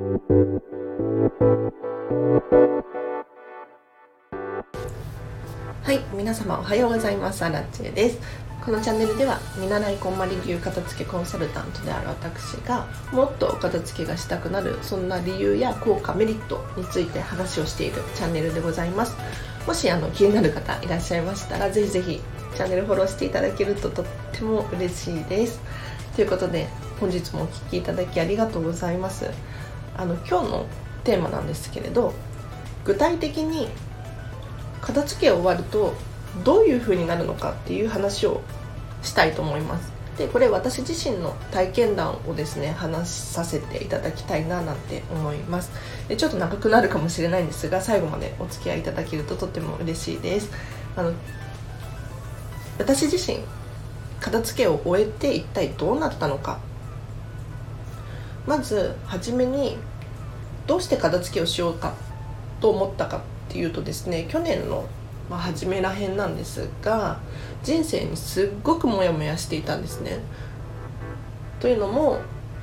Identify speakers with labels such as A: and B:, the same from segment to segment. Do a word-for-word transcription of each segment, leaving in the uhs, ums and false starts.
A: はい、皆様おはようございます。アラチェです。このチャンネルでは見習いこんまり流片付けコンサルタントである私がもっとお片付けがしたくなる、そんな理由や効果メリットについて話をしているチャンネルでございます。もしあの気になる方いらっしゃいましたら、ぜひぜひチャンネルフォローしていただけるととっても嬉しいです。ということで本日もお聞きいただきありがとうございます。あの今日のテーマなんですけれど、具体的に片付け終わるとどういう風になるのかっていう話をしたいと思います。で、これ私自身の体験談をですね話させていただきたいななんて思います。で、ちょっと長くなるかもしれないんですが、最後までお付き合いいただけるととっても嬉しいです。あの私自身片付けを終えて一体どうなったのか。まずはじめにどうして片付けをしようかと思ったかっていうとですね、去年のまあ、初めらへんなんですが、人生にすっごくモヤモヤしていたんですね。というのも、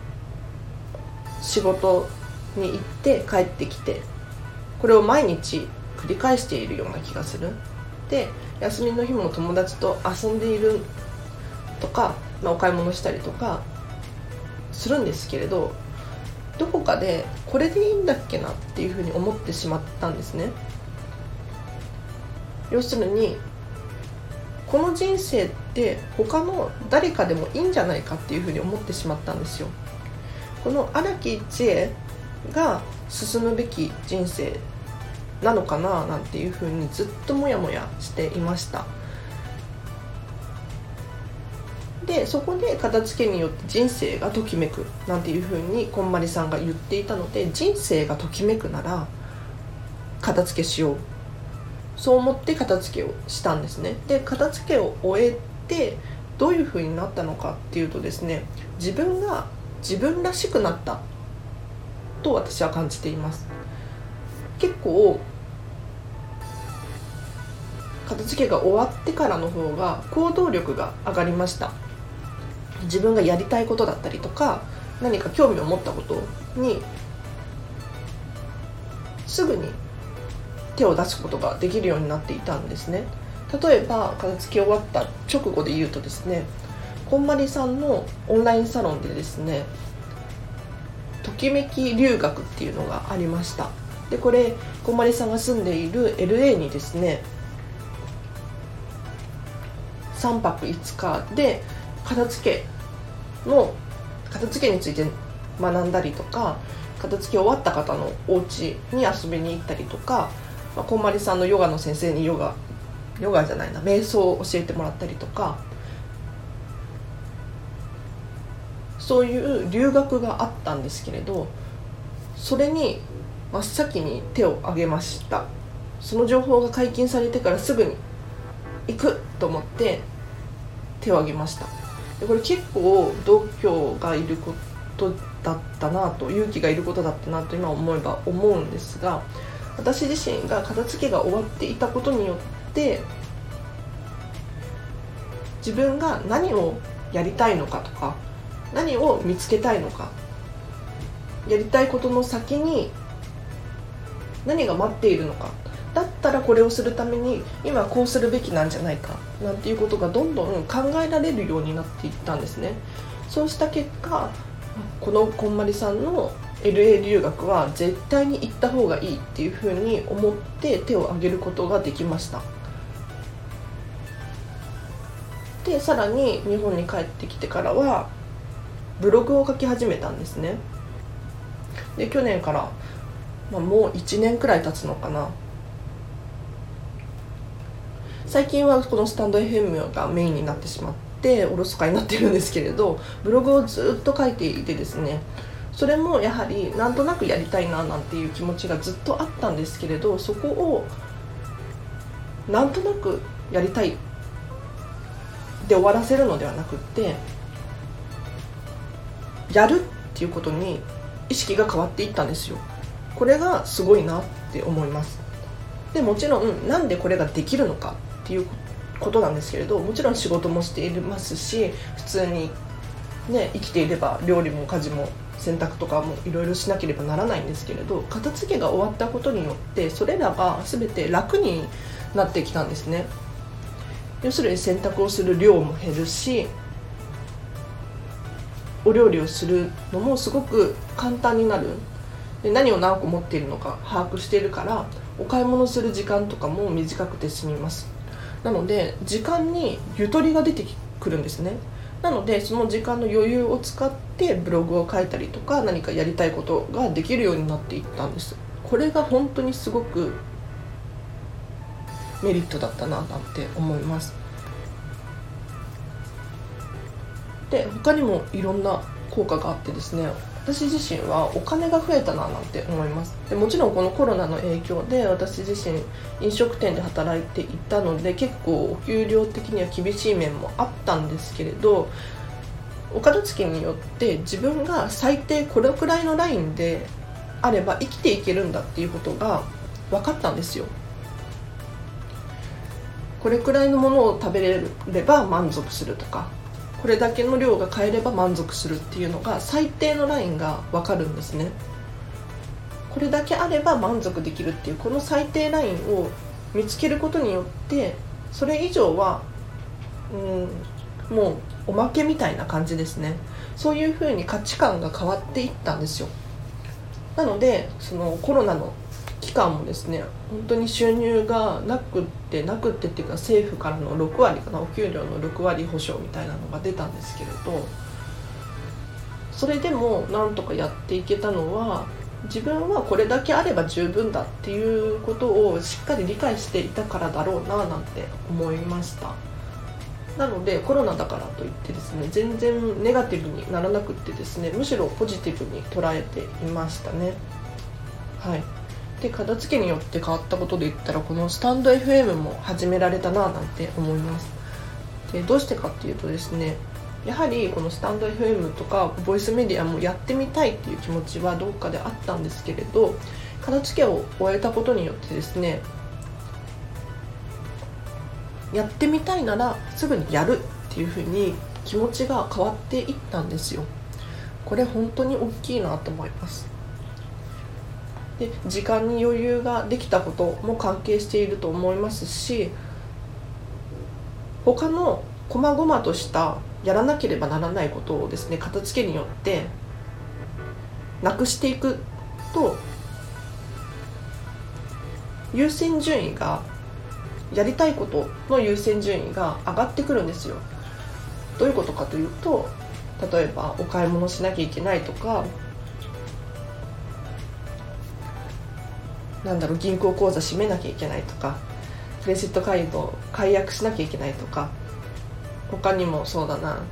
A: 仕事に行って帰ってきて、これを毎日繰り返しているような気がする。で、休みの日も友達と遊んでいるとか、まあ、お買い物したりとかするんですけれど、どこかでこれでいいんだっけなっていうふうに思ってしまったんですね。要するに、この人生って他の誰かでもいいんじゃないかっていうふうに思ってしまったんですよ。この荒木千恵が進むべき人生なのかななんていうふうにずっとモヤモヤしていました。で、そこで片付けによって人生がときめくなんていうふうにこんまりさんが言っていたので、人生がときめくなら片付けしよう、そう思って片付けをしたんですね。で、片付けを終えてどういう風になったのかっていうとですね、自分が自分らしくなったと私は感じています。結構片付けが終わってからの方が行動力が上がりました。自分がやりたいことだったりとか、何か興味を持ったことにすぐに手を出すことができるようになっていたんですね。例えば片付け終わった直後で言うとですね、こんまりさんのオンラインサロンでですね、ときめき留学っていうのがありました。で、これこんまりさんが住んでいる エルエー にですね、さんぱくいつかで片付けの片付けについて学んだりとか、片付け終わった方のお家に遊びに行ったりとか、まあ、こんまりさんのヨガの先生にヨガヨガじゃないな瞑想を教えてもらったりとか、そういう留学があったんですけれど、それに真っ先に手を挙げました。その情報が解禁されてからすぐに行くと思って手を挙げました。で、これ結構度胸がいることだったなと、勇気がいることだったなと今思えば思うんですが、私自身が片付けが終わっていたことによって自分が何をやりたいのかとか、何を見つけたいのか、やりたいことの先に何が待っているのか、だったらこれをするために今こうするべきなんじゃないかなんていうことがどんどん考えられるようになっていったんですね。そうした結果、このこんまりさんの エルエー 留学は絶対に行った方がいいっていうふうに思って手を挙げることができました。で、さらに日本に帰ってきてからはブログを書き始めたんですね。で、去年から、まあ、もういちねんくらい経つのかな。最近はこのスタンド エフエム がメインになってしまっておろそかになってるんですけれど、ブログをずっと書いていてですね、それもやはりなんとなくやりたいななんていう気持ちがずっとあったんですけれど、そこをなんとなくやりたいで終わらせるのではなくって、やるっていうことに意識が変わっていったんですよ。これがすごいなって思います。で、もちろんなんでこれができるのかっていうことなんですけれど、もちろん仕事もしていますし、普通にね生きていれば料理も家事も洗濯とかもいろいろしなければならないんですけれど、片付けが終わったことによってそれらが全て楽になってきたんですね。要するに洗濯をする量も減るし、お料理をするのもすごく簡単になる。で、何を何個持っているのか把握しているから、お買い物する時間とかも短くて済みます。なので時間にゆとりが出てくるんですね。なのでその時間の余裕を使ってブログを書いたりとか、何かやりたいことができるようになっていったんです。これが本当にすごくメリットだったななんて思います。で、他にもいろんな効果があってですね、私自身はお金が増えたななんて思います。でもちろんこのコロナの影響で私自身飲食店で働いていたので、結構お給料的には厳しい面もあったんですけれど、お片付けによって自分が最低これくらいのラインであれば生きていけるんだっていうことが分かったんですよ。これくらいのものを食べれれば満足するとか、これだけの量が買えれば満足するっていうのが最低のラインが分かるんですね。これだけあれば満足できるっていうこの最低ラインを見つけることによって、それ以上はうんもうおまけみたいな感じですね。そういうふうに価値観が変わっていったんですよ。なのでそのコロナの期間もですね、本当に収入がなくってなくってっていうか、政府からのろくわりかな、お給料のろくわり保証みたいなのが出たんですけれど、それでもなんとかやっていけたのは、自分はこれだけあれば十分だっていうことをしっかり理解していたからだろうななんて思いました。なのでコロナだからといってですね、全然ネガティブにならなくってですね、むしろポジティブに捉えていましたね。はい。で、片付けによって変わったことで言ったら、このスタンド エフエム も始められたななんて思います。で、どうしてかっていうとですね、やはりこのスタンド エフエム とかボイスメディアもやってみたいっていう気持ちはどっかであったんですけれど、片付けを終えたことによってですね、やってみたいならすぐにやるっていう風に気持ちが変わっていったんですよ。これ本当に大きいなと思います。で、時間に余裕ができたことも関係していると思いますし、他の細々としたやらなければならないことをですね、片付けによってなくしていくと、優先順位がやりたいことの優先順位が上がってくるんですよ。どういうことかというと、例えばお買い物しなきゃいけないとか、なんだろう銀行口座閉めなきゃいけないとか、クレジットカード解約しなきゃいけないとか、他にもそうだな、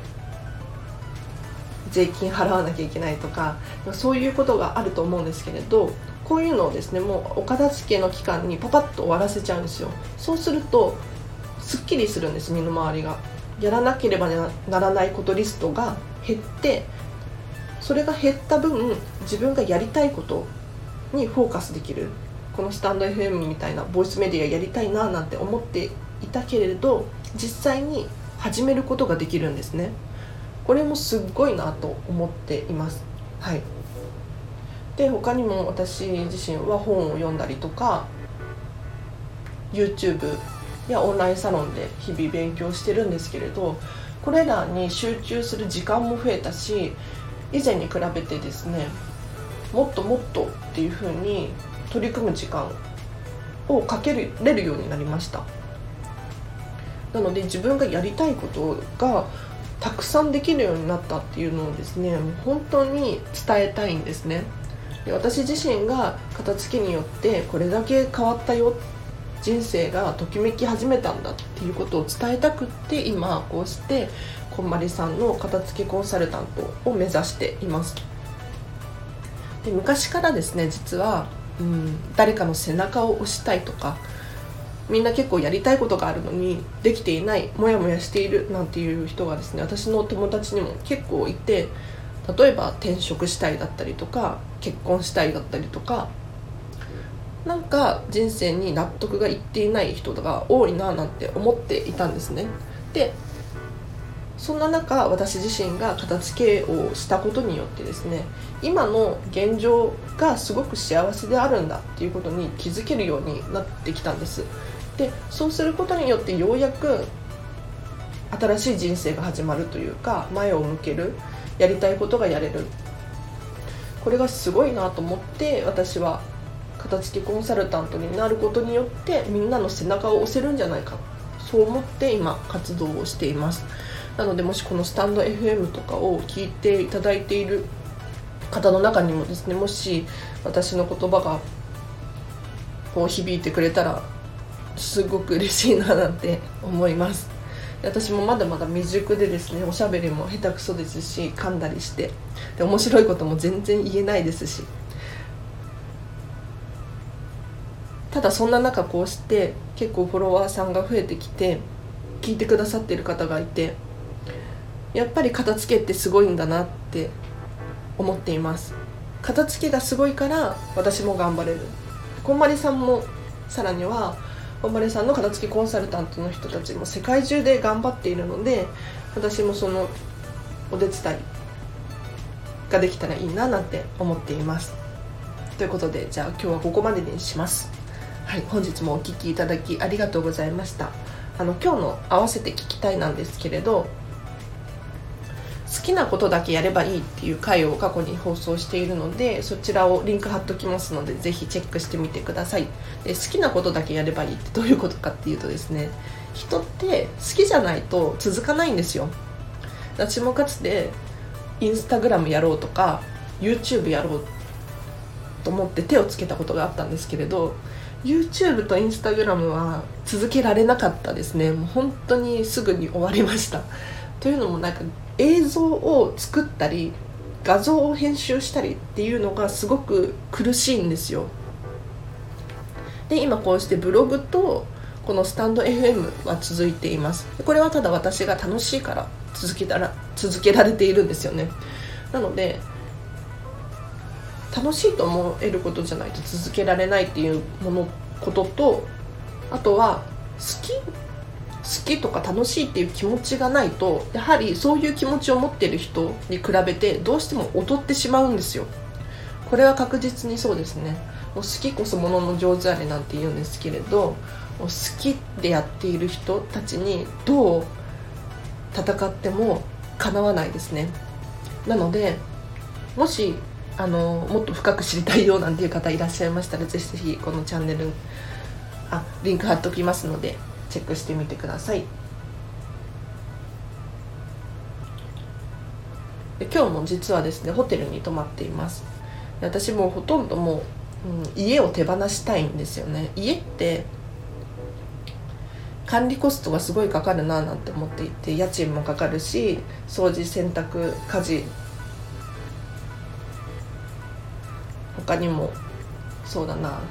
A: 税金払わなきゃいけないとか、そういうことがあると思うんですけれど、こういうのをですね、もうお片付けの期間にパパッと終わらせちゃうんですよ。そうするとすっきりするんです。身の回りがやらなければならないことリストが減って、それが減った分自分がやりたいことにフォーカスできる。このスタンド エフエム みたいなボイスメディアやりたいななんて思っていたけれど、実際に始めることができるんですね。これもすっごいなと思っています。はい。で、他にも私自身は本を読んだりとか、 YouTube やオンラインサロンで日々勉強してるんですけれど、これらに集中する時間も増えたし、以前に比べてですね、もっともっとっていう風に取り組む時間をかけれるようになりました。なので自分がやりたいことがたくさんできるようになったっていうのをですね、もう本当に伝えたいんですね。で、私自身が片付けによってこれだけ変わったよ、人生がときめき始めたんだっていうことを伝えたくって、今こうしてこんまりさんの片付けコンサルタントを目指しています。で、昔からですね、実は、うん、誰かの背中を押したいとか、みんな結構やりたいことがあるのにできていない、モヤモヤしているなんていう人がですね、私の友達にも結構いて、例えば転職したいだったりとか、結婚したいだったりとか、なんか人生に納得がいっていない人が多いななんて思っていたんですね。で、 そんな中、私自身が片付けをしたことによってですね、今の現状がすごく幸せであるんだっていうことに気づけるようになってきたんです。でそうすることによってようやく新しい人生が始まるというか、前を向ける、やりたいことがやれる、これがすごいなと思って、私は片付けコンサルタントになることによってみんなの背中を押せるんじゃないか、そう思って今活動をしています。なので、もしこのスタンド エフエム とかを聞いていただいている方の中にもですね、もし私の言葉がこう響いてくれたらすごく嬉しいななんて思います。私もまだまだ未熟でですね、おしゃべりも下手くそですし、噛んだりしてで面白いことも全然言えないですし、ただそんな中、こうして結構フォロワーさんが増えてきて聞いてくださっている方がいて、やっぱり片付けってすごいんだなって思っています。片付けがすごいから私も頑張れる。こんまりさんも、さらにはこんまりさんの片付けコンサルタントの人たちも世界中で頑張っているので、私もそのお手伝いができたらいいななんて思っています。ということで、じゃあ今日はここまでにします。はい、本日もお聞きいただきありがとうございました。あの今日の合わせて聞きたいなんですけれど、好きなことだけやればいいっていう回を過去に放送しているので、そちらをリンク貼っときますので、ぜひチェックしてみてください。で好きなことだけやればいいってどういうことかっていうとですね、人って好きじゃないと続かないんですよ。私もかつてインスタグラムやろうとか YouTube やろうと思って手をつけたことがあったんですけれど、 YouTube とインスタグラムは続けられなかったですね。もう本当にすぐに終わりました。というのも、なんか映像を作ったり画像を編集したりっていうのがすごく苦しいんですよ。で今こうしてブログとこのスタンド エフエム は続いています。これはただ私が楽しいから続けたら続けられているんですよね。なので楽しいと思えることじゃないと続けられないっていうものことと、あとは好き好きとか楽しいっていう気持ちがないと、やはりそういう気持ちを持っている人に比べてどうしても劣ってしまうんですよ。これは確実にそうですね。もう好きこそものの上手あれなんて言うんですけれど、もう好きでやっている人たちにどう戦ってもかなわないですね。なので、もしあのもっと深く知りたいよなんていう方いらっしゃいましたら、ぜひぜひこのチャンネルあリンク貼っときますのでチェックしてみてください。で今日も実はですね、ホテルに泊まっています。で私もうほとんどもう、うん、家を手放したいんですよね。家って管理コストがすごいかかるななんて思っていて、家賃もかかるし、掃除洗濯家事、他にもそうだな、引っ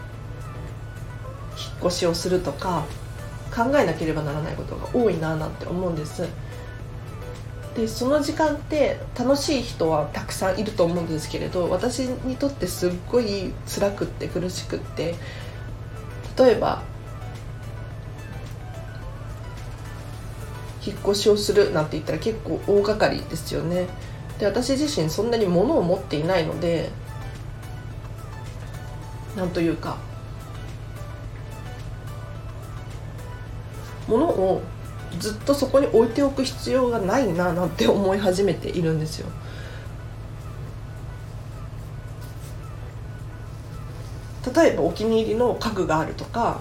A: 越しをするとか考えなければならないことが多いななんて思うんです。でその時間って楽しい人はたくさんいると思うんですけれど、私にとってすっごい辛くって苦しくって、例えば引っ越しをするなんて言ったら結構大掛かりですよね。で私自身そんなに物を持っていないので、なんというか物をずっとそこに置いておく必要がないななんて思い始めているんですよ。例えばお気に入りの家具があるとか、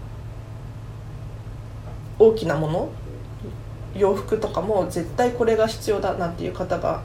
A: 大きなもの、洋服とかも絶対これが必要だなんていう方が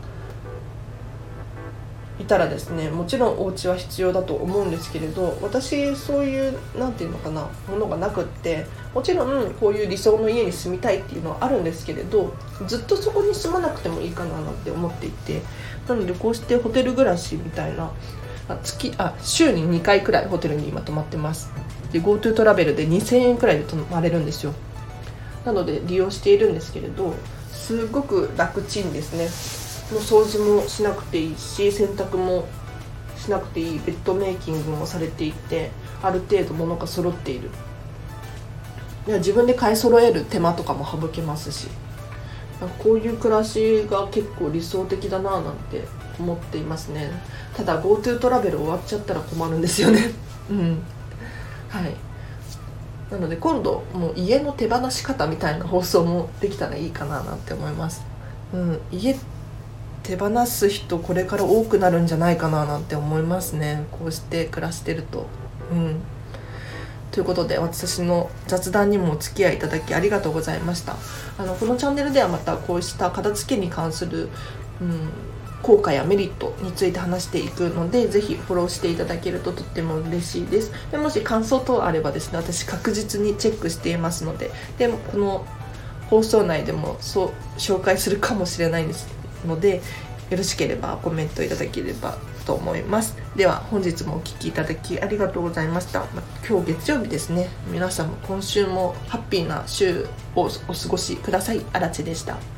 A: いたらですね、もちろんお家は必要だと思うんですけれど、私そういうなんていうのかなものがなくって、もちろんこういう理想の家に住みたいっていうのはあるんですけれど、ずっとそこに住まなくてもいいかななんて思っていて、なのでこうしてホテル暮らしみたいな、あ月あ週ににかいくらいホテルに今泊まってます。で GoTo トラベルでにせんえんくらいで泊まれるんですよ。なので利用しているんですけれど、すごく楽ちんですね。もう掃除もしなくていいし、洗濯もしなくていい、ベッドメイキングもされていて、ある程度物が揃っている。自分で買い揃える手間とかも省けますし、 なんかこういう暮らしが結構理想的だななんて思っていますね。ただ GoTo トラベル終わっちゃったら困るんですよねうんはい。なので今度もう家の手放し方みたいな放送もできたらいいかななんて思います。うん、家手放す人これから多くなるんじゃないかななんて思いますね、こうして暮らしてると。うんということで、私の雑談にもお付き合いいただきありがとうございました。あのこのチャンネルではまたこうした片付けに関する、うん、効果やメリットについて話していくので、ぜひフォローしていただけるととっても嬉しいです。でもし感想等あればですね、私確実にチェックしていますので、でもこの放送内でもそう紹介するかもしれないですので、よろしければコメントいただければと思います。では本日もお聞きいただきありがとうございました。今日月曜日ですね。皆さんも今週もハッピーな週をお過ごしください。あらちでした。